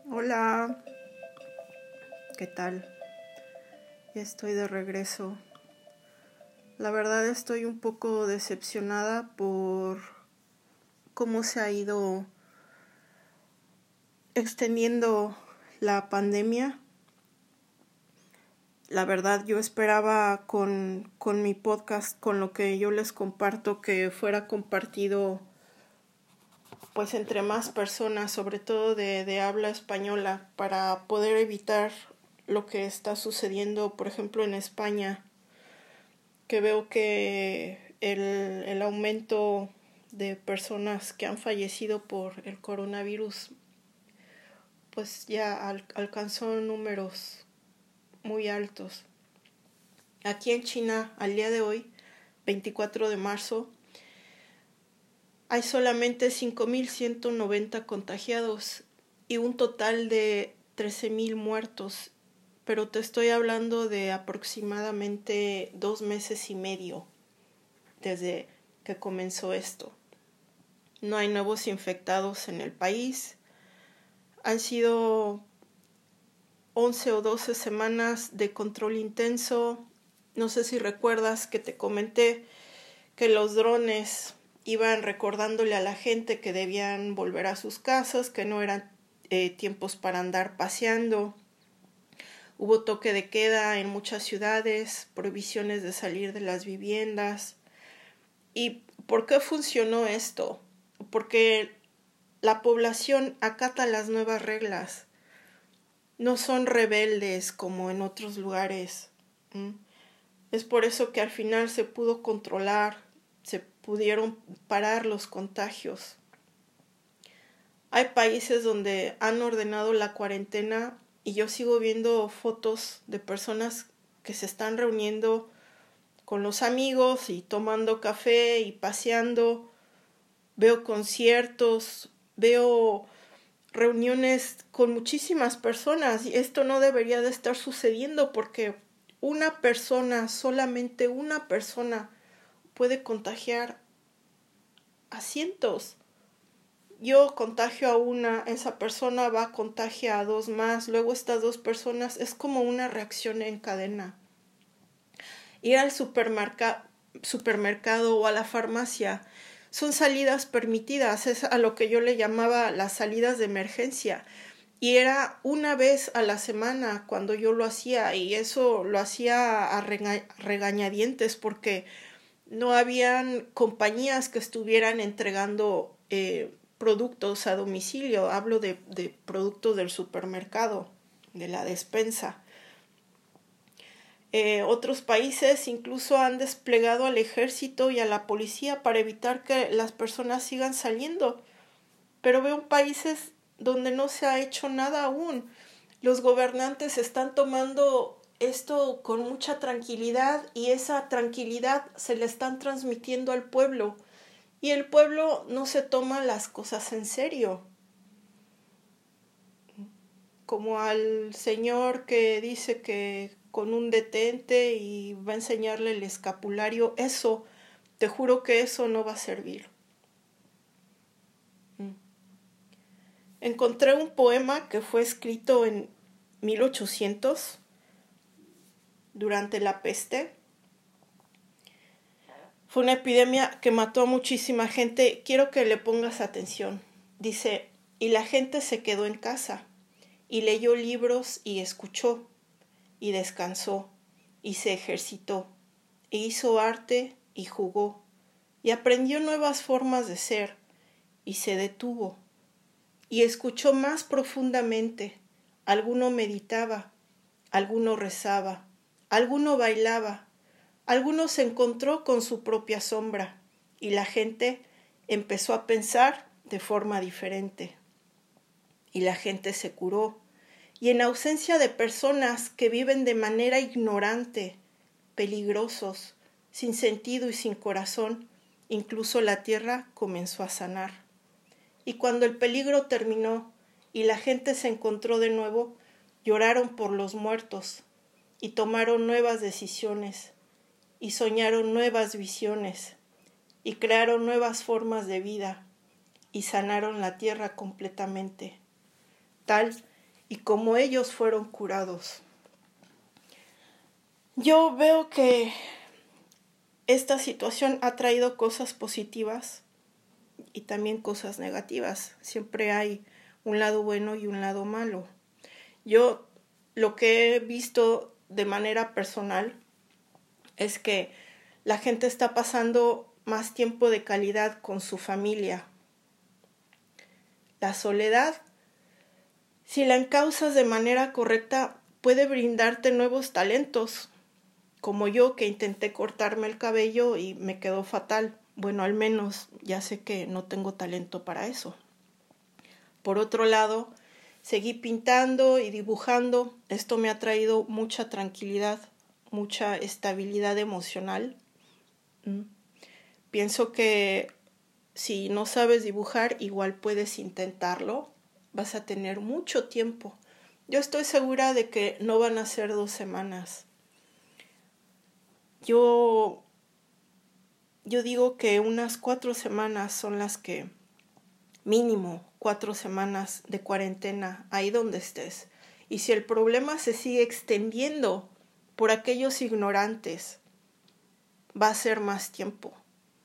Hola, ¿qué tal? Ya estoy de regreso. La verdad estoy un poco decepcionada por cómo se ha ido extendiendo la pandemia. La verdad yo esperaba con mi podcast, con lo que yo les comparto, que fuera compartido pues entre más personas, sobre todo de habla española, para poder evitar lo que está sucediendo, por ejemplo, en España, que veo que el aumento de personas que han fallecido por el coronavirus pues ya alcanzó números muy altos. Aquí en China, al día de hoy, 24 de marzo, hay solamente 5.190 contagiados y un total de 13.000 muertos, pero te estoy hablando de aproximadamente 2 meses y medio desde que comenzó esto. No hay nuevos infectados en el país. Han sido 11 o 12 semanas de control intenso. No sé si recuerdas que te comenté que los drones iban recordándole a la gente que debían volver a sus casas, que no eran tiempos para andar paseando. Hubo toque de queda en muchas ciudades, prohibiciones de salir de las viviendas. ¿Y por qué funcionó esto? Porque la población acata las nuevas reglas. No son rebeldes como en otros lugares. Es por eso que al final se pudo controlar, se pudieron parar los contagios. Hay países donde han ordenado la cuarentena y yo sigo viendo fotos de personas que se están reuniendo con los amigos y tomando café y paseando. Veo conciertos, veo reuniones con muchísimas personas y esto no debería de estar sucediendo porque una persona, solamente una persona puede contagiar a cientos. Yo contagio a una, esa persona va a contagiar a 2 más, luego estas 2 personas, es como una reacción en cadena. Ir al supermercado o a la farmacia son salidas permitidas, es a lo que yo le llamaba las salidas de emergencia. Y era una vez a la semana cuando yo lo hacía, y eso lo hacía a regañadientes porque no habían compañías que estuvieran entregando productos a domicilio. Hablo de productos del supermercado, de la despensa. Otros países incluso han desplegado al ejército y a la policía para evitar que las personas sigan saliendo. Pero veo países donde no se ha hecho nada aún. Los gobernantes están tomando esto con mucha tranquilidad y esa tranquilidad se le están transmitiendo al pueblo. Y el pueblo no se toma las cosas en serio. Como al señor que dice que con un detente y va a enseñarle el escapulario, eso, te juro que eso no va a servir. Encontré un poema que fue escrito en 1800, durante la peste. Fue una epidemia que mató a muchísima gente. Quiero que le pongas atención. Dice, y la gente se quedó en casa, y leyó libros y escuchó, y descansó, y se ejercitó, e hizo arte y jugó, y aprendió nuevas formas de ser, y se detuvo, y escuchó más profundamente. Alguno meditaba, alguno rezaba, alguno bailaba, alguno se encontró con su propia sombra, y la gente empezó a pensar de forma diferente. Y la gente se curó, y en ausencia de personas que viven de manera ignorante, peligrosos, sin sentido y sin corazón, incluso la tierra comenzó a sanar. Y cuando el peligro terminó y la gente se encontró de nuevo, lloraron por los muertos y tomaron nuevas decisiones y soñaron nuevas visiones y crearon nuevas formas de vida y sanaron la tierra completamente. Tal y cómo ellos fueron curados. Yo veo que esta situación ha traído cosas positivas y también cosas negativas. Siempre hay un lado bueno y un lado malo. Yo lo que he visto de manera personal es que la gente está pasando más tiempo de calidad con su familia. La soledad, si la encauzas de manera correcta, puede brindarte nuevos talentos, como yo que intenté cortarme el cabello y me quedó fatal. Bueno, al menos ya sé que no tengo talento para eso. Por otro lado, seguí pintando y dibujando. Esto me ha traído mucha tranquilidad, mucha estabilidad emocional. Pienso que si no sabes dibujar, igual puedes intentarlo. Vas a tener mucho tiempo. Yo estoy segura de que no van a ser 2 semanas. Yo digo que unas 4 semanas son las que, mínimo 4 semanas de cuarentena, ahí donde estés. Y si el problema se sigue extendiendo por aquellos ignorantes, va a ser más tiempo.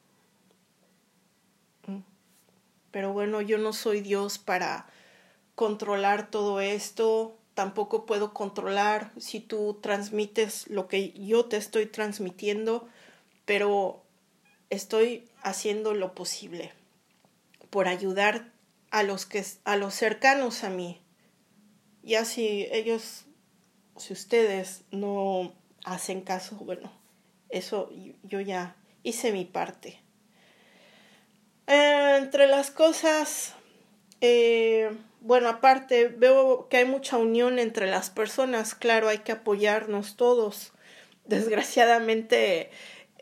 Pero bueno, yo no soy Dios para controlar todo esto. Tampoco puedo controlar si tú transmites lo que yo te estoy transmitiendo, pero estoy haciendo lo posible por ayudar a los cercanos a mí. Ya si ustedes no hacen caso, bueno, eso yo ya hice mi parte. Entre las cosas, bueno, aparte veo que hay mucha unión entre las personas. Claro, hay que apoyarnos todos. Desgraciadamente,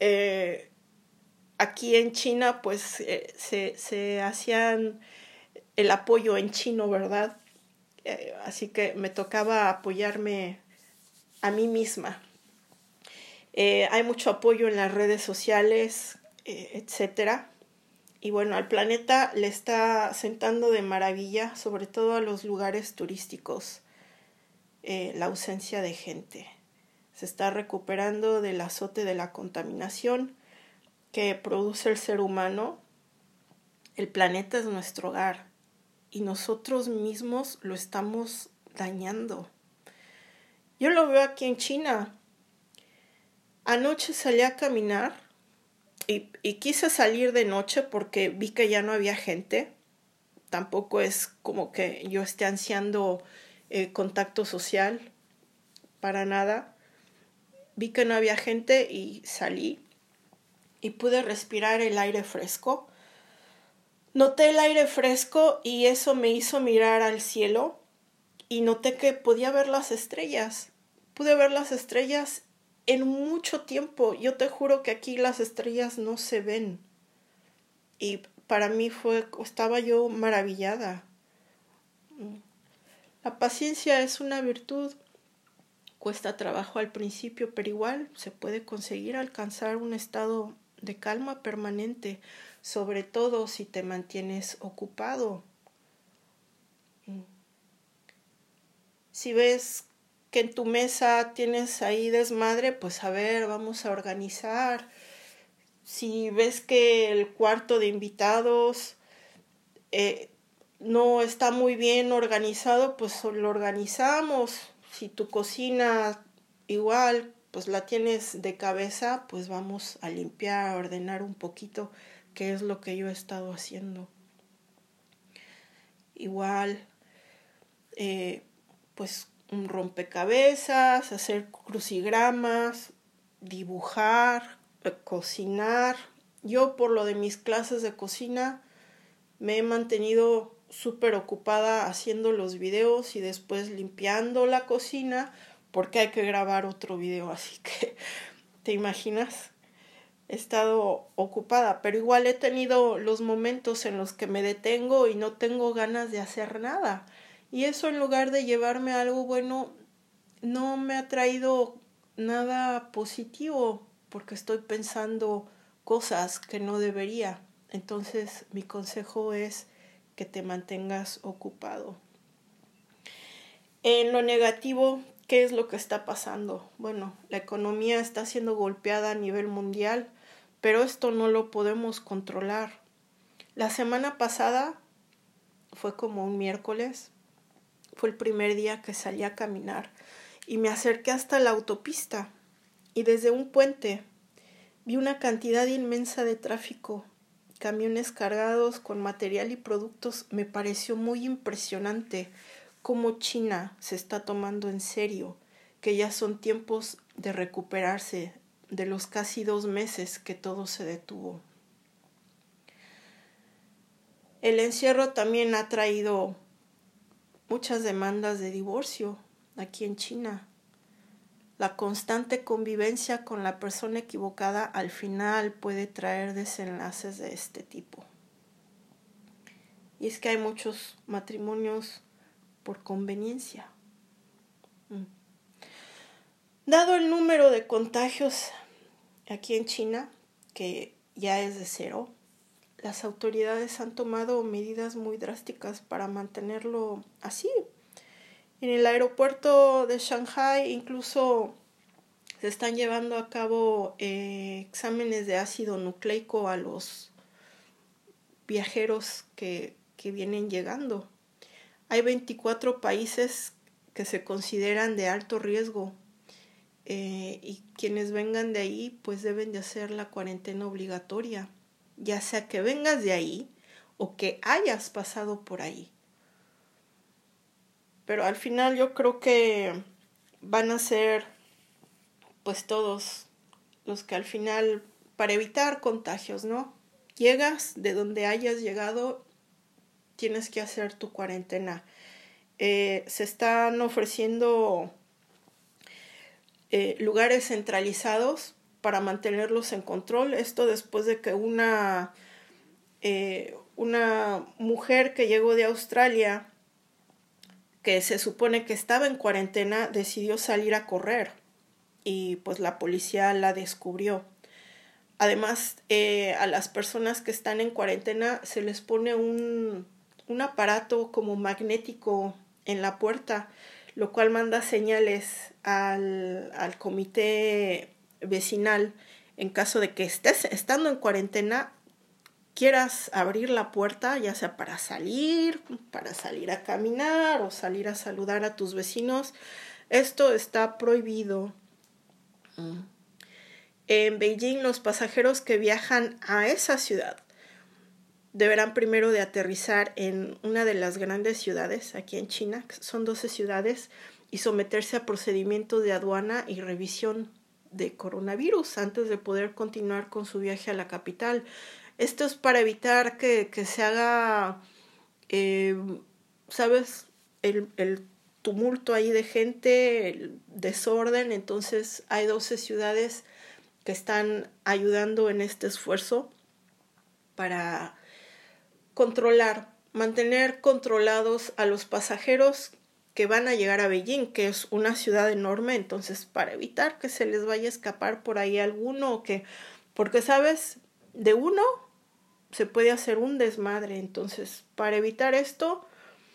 aquí en China, pues se hacían el apoyo en chino, ¿verdad? Así que me tocaba apoyarme a mí misma. Hay mucho apoyo en las redes sociales, etcétera. Y bueno, al planeta le está sentando de maravilla, sobre todo a los lugares turísticos, la ausencia de gente. Se está recuperando del azote de la contaminación que produce el ser humano. El planeta es nuestro hogar y nosotros mismos lo estamos dañando. Yo lo veo aquí en China. Anoche salí a caminar y quise salir de noche porque vi que ya no había gente. Tampoco es como que yo esté ansiando contacto social, para nada. Vi que no había gente y salí y pude respirar el aire fresco. Noté el aire fresco y eso me hizo mirar al cielo y noté que podía ver las estrellas. Pude ver las estrellas en mucho tiempo. Yo te juro que aquí las estrellas no se ven. Y para mí estaba yo maravillada. La paciencia es una virtud. Cuesta trabajo al principio, pero igual se puede conseguir alcanzar un estado de calma permanente, sobre todo si te mantienes ocupado. Si ves que en tu mesa tienes ahí desmadre, pues a ver, vamos a organizar. Si ves que el cuarto de invitados no está muy bien organizado, pues lo organizamos. Si tu cocina igual, pues la tienes de cabeza, pues vamos a limpiar, a ordenar un poquito, que es lo que yo he estado haciendo. Igual, pues un rompecabezas, hacer crucigramas, dibujar, cocinar. Yo por lo de mis clases de cocina me he mantenido súper ocupada haciendo los videos y después limpiando la cocina porque hay que grabar otro video, así que ¿te imaginas? He estado ocupada, pero igual he tenido los momentos en los que me detengo y no tengo ganas de hacer nada. Y eso, en lugar de llevarme a algo bueno, no me ha traído nada positivo porque estoy pensando cosas que no debería. Entonces, mi consejo es que te mantengas ocupado. En lo negativo, ¿qué es lo que está pasando? Bueno, la economía está siendo golpeada a nivel mundial, pero esto no lo podemos controlar. La semana pasada fue como un miércoles, fue el primer día que salí a caminar y me acerqué hasta la autopista y desde un puente vi una cantidad inmensa de tráfico, camiones cargados con material y productos. Me pareció muy impresionante cómo China se está tomando en serio, que ya son tiempos de recuperarse de los casi 2 meses que todo se detuvo. El encierro también ha traído muchas demandas de divorcio aquí en China. La constante convivencia con la persona equivocada al final puede traer desenlaces de este tipo. Y es que hay muchos matrimonios por conveniencia. Dado el número de contagios aquí en China, que ya es de 0, las autoridades han tomado medidas muy drásticas para mantenerlo así. En el aeropuerto de Shanghai incluso se están llevando a cabo exámenes de ácido nucleico a los viajeros que vienen llegando. Hay 24 países que se consideran de alto riesgo y quienes vengan de ahí pues deben de hacer la cuarentena obligatoria, ya sea que vengas de ahí o que hayas pasado por ahí. Pero al final yo creo que van a ser pues todos los que al final, para evitar contagios, ¿no? Llegas de donde hayas llegado, tienes que hacer tu cuarentena. Se están ofreciendo lugares centralizados para mantenerlos en control. Esto después de que una mujer que llegó de Australia, que se supone que estaba en cuarentena, decidió salir a correr y pues la policía la descubrió. Además, a las personas que están en cuarentena se les pone un aparato como magnético en la puerta, lo cual manda señales al comité vecinal en caso de que estés estando en cuarentena, quieras abrir la puerta, ya sea para salir a caminar o salir a saludar a tus vecinos. Esto está prohibido. En Beijing, los pasajeros que viajan a esa ciudad deberán primero de aterrizar en una de las grandes ciudades aquí en China, que son 12 ciudades, y someterse a procedimientos de aduana y revisión de coronavirus antes de poder continuar con su viaje a la capital. Esto es para evitar que se haga, ¿sabes? El tumulto ahí de gente, el desorden. Entonces hay 12 ciudades que están ayudando en este esfuerzo para mantener controlados a los pasajeros que van a llegar a Beijing, que es una ciudad enorme. Entonces, para evitar que se les vaya a escapar por ahí alguno, porque sabes, de uno se puede hacer un desmadre. Entonces, para evitar esto,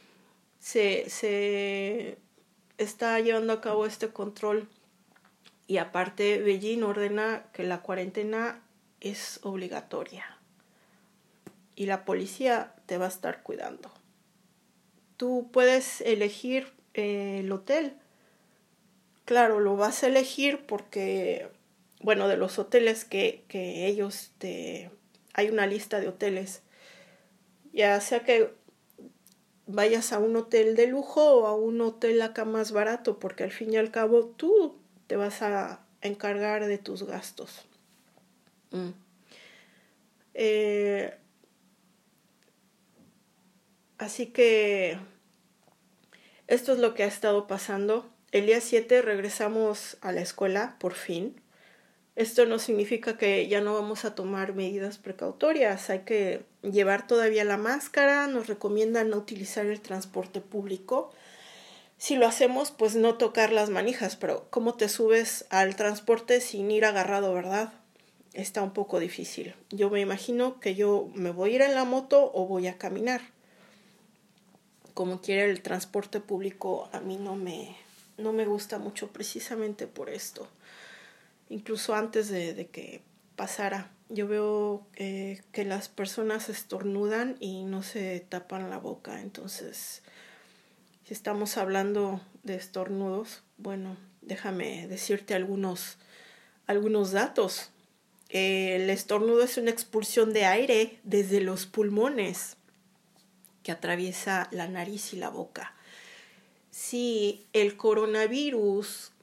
se está llevando a cabo este control. Y aparte, Beijing ordena que la cuarentena es obligatoria y la policía te va a estar cuidando. Tú puedes elegir el hotel. Claro, lo vas a elegir porque, bueno, de los hoteles que ellos hay una lista de hoteles. Ya sea que vayas a un hotel de lujo o a un hotel acá más barato, porque al fin y al cabo tú te vas a encargar de tus gastos. Así que esto es lo que ha estado pasando. El día 7 regresamos a la escuela, por fin. Esto no significa que ya no vamos a tomar medidas precautorias. Hay que llevar todavía la máscara. Nos recomiendan no utilizar el transporte público. Si lo hacemos, pues no tocar las manijas. Pero ¿cómo te subes al transporte sin ir agarrado, verdad? Está un poco difícil. Yo me imagino que yo me voy a ir en la moto o voy a caminar. como quiera, el transporte público a mí no me gusta mucho precisamente por esto. Incluso antes de que pasara, yo veo que las personas estornudan y no se tapan la boca. Entonces, si estamos hablando de estornudos, bueno, déjame decirte algunos datos. El estornudo es una expulsión de aire desde los pulmones que atraviesa la nariz y la boca. Si el coronavirus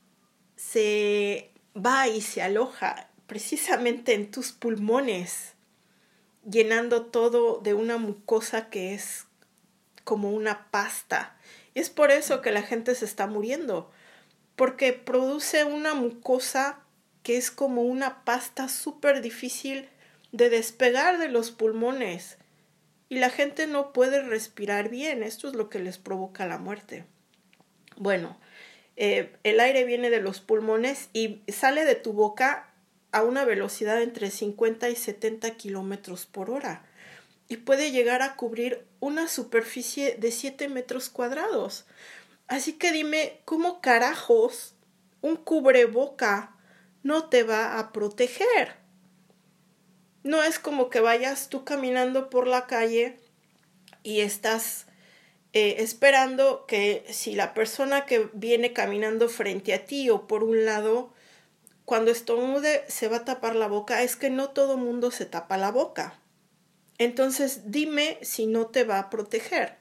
se va y se aloja precisamente en tus pulmones, llenando todo de una mucosa que es como una pasta. Es por eso que la gente se está muriendo, porque produce una mucosa que es como una pasta súper difícil de despegar de los pulmones. Y la gente no puede respirar bien. Esto es lo que les provoca la muerte. Bueno, el aire viene de los pulmones y sale de tu boca a una velocidad entre 50 y 70 kilómetros por hora. Y puede llegar a cubrir una superficie de 7 metros cuadrados. Así que dime, ¿cómo carajos un cubreboca no te va a proteger? No es como que vayas tú caminando por la calle y estás esperando que si la persona que viene caminando frente a ti o por un lado, cuando estornude se va a tapar la boca. Es que no todo mundo se tapa la boca. Entonces dime si no te va a proteger.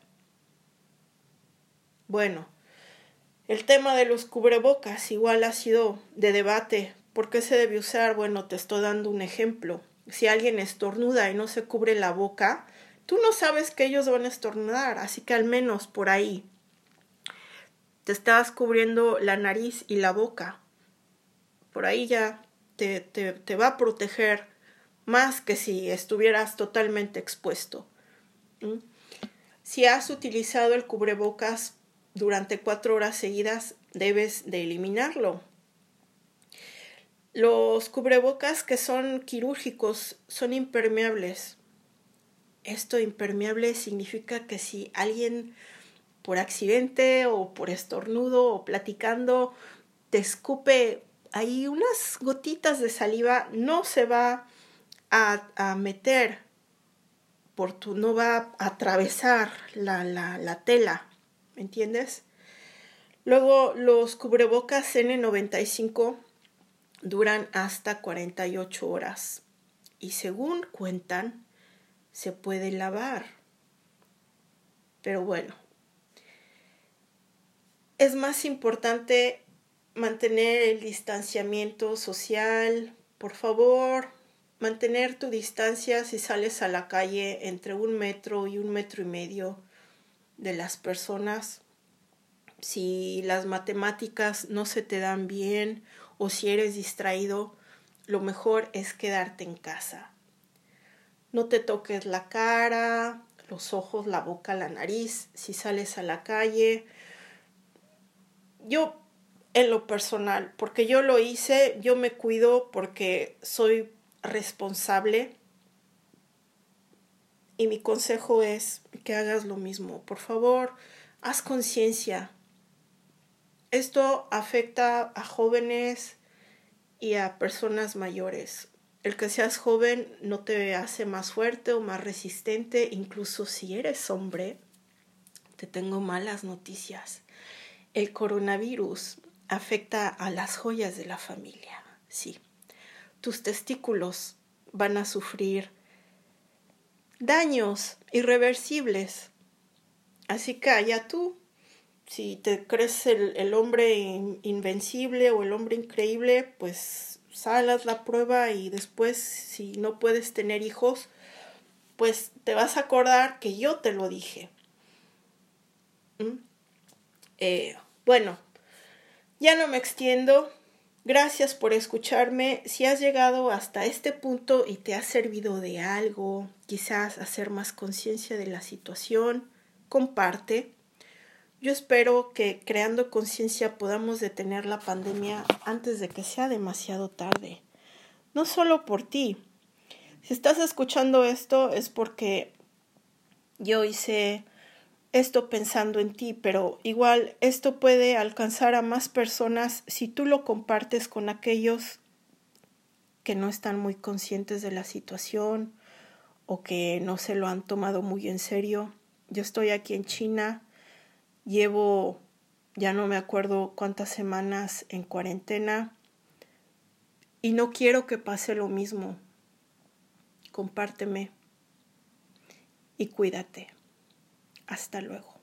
Bueno, el tema de los cubrebocas igual ha sido de debate. ¿Por qué se debe usar? Bueno, te estoy dando un ejemplo. Si alguien estornuda y no se cubre la boca, tú no sabes que ellos van a estornudar, así que al menos por ahí te estás cubriendo la nariz y la boca. Por ahí ya te va a proteger más que si estuvieras totalmente expuesto. Si has utilizado el cubrebocas durante 4 horas seguidas, debes de eliminarlo. Los cubrebocas que son quirúrgicos son impermeables. Esto impermeable significa que si alguien por accidente o por estornudo o platicando te escupe ahí unas gotitas de saliva, no se va a meter no va a atravesar la tela, ¿me entiendes? Luego los cubrebocas N95 duran hasta 48 horas y según cuentan se puede lavar. Pero bueno, es más importante mantener el distanciamiento social. Por favor, mantener tu distancia si sales a la calle entre 1 metro y 1,5 metros de las personas. Si las matemáticas no se te dan bien o si eres distraído, lo mejor es quedarte en casa. No te toques la cara, los ojos, la boca, la nariz si sales a la calle. Yo, en lo personal, porque yo lo hice, yo me cuido porque soy responsable y mi consejo es que hagas lo mismo. Por favor, haz conciencia. Esto afecta a jóvenes y a personas mayores. El que seas joven no te hace más fuerte o más resistente. Incluso si eres hombre, te tengo malas noticias. El coronavirus afecta a las joyas de la familia. Sí, tus testículos van a sufrir daños irreversibles. Así que allá tú, si te crees el hombre invencible o el hombre increíble, pues haz la prueba y después, si no puedes tener hijos, pues te vas a acordar que yo te lo dije. Bueno, ya no me extiendo. Gracias por escucharme. Si has llegado hasta este punto y te ha servido de algo, quizás hacer más conciencia de la situación, comparte. Yo espero que creando conciencia podamos detener la pandemia antes de que sea demasiado tarde. No solo por ti. Si estás escuchando esto es porque yo hice esto pensando en ti, pero igual esto puede alcanzar a más personas si tú lo compartes con aquellos que no están muy conscientes de la situación o que no se lo han tomado muy en serio. Yo estoy aquí en China, llevo ya no me acuerdo cuántas semanas en cuarentena y no quiero que pase lo mismo. Compárteme y cuídate. Hasta luego.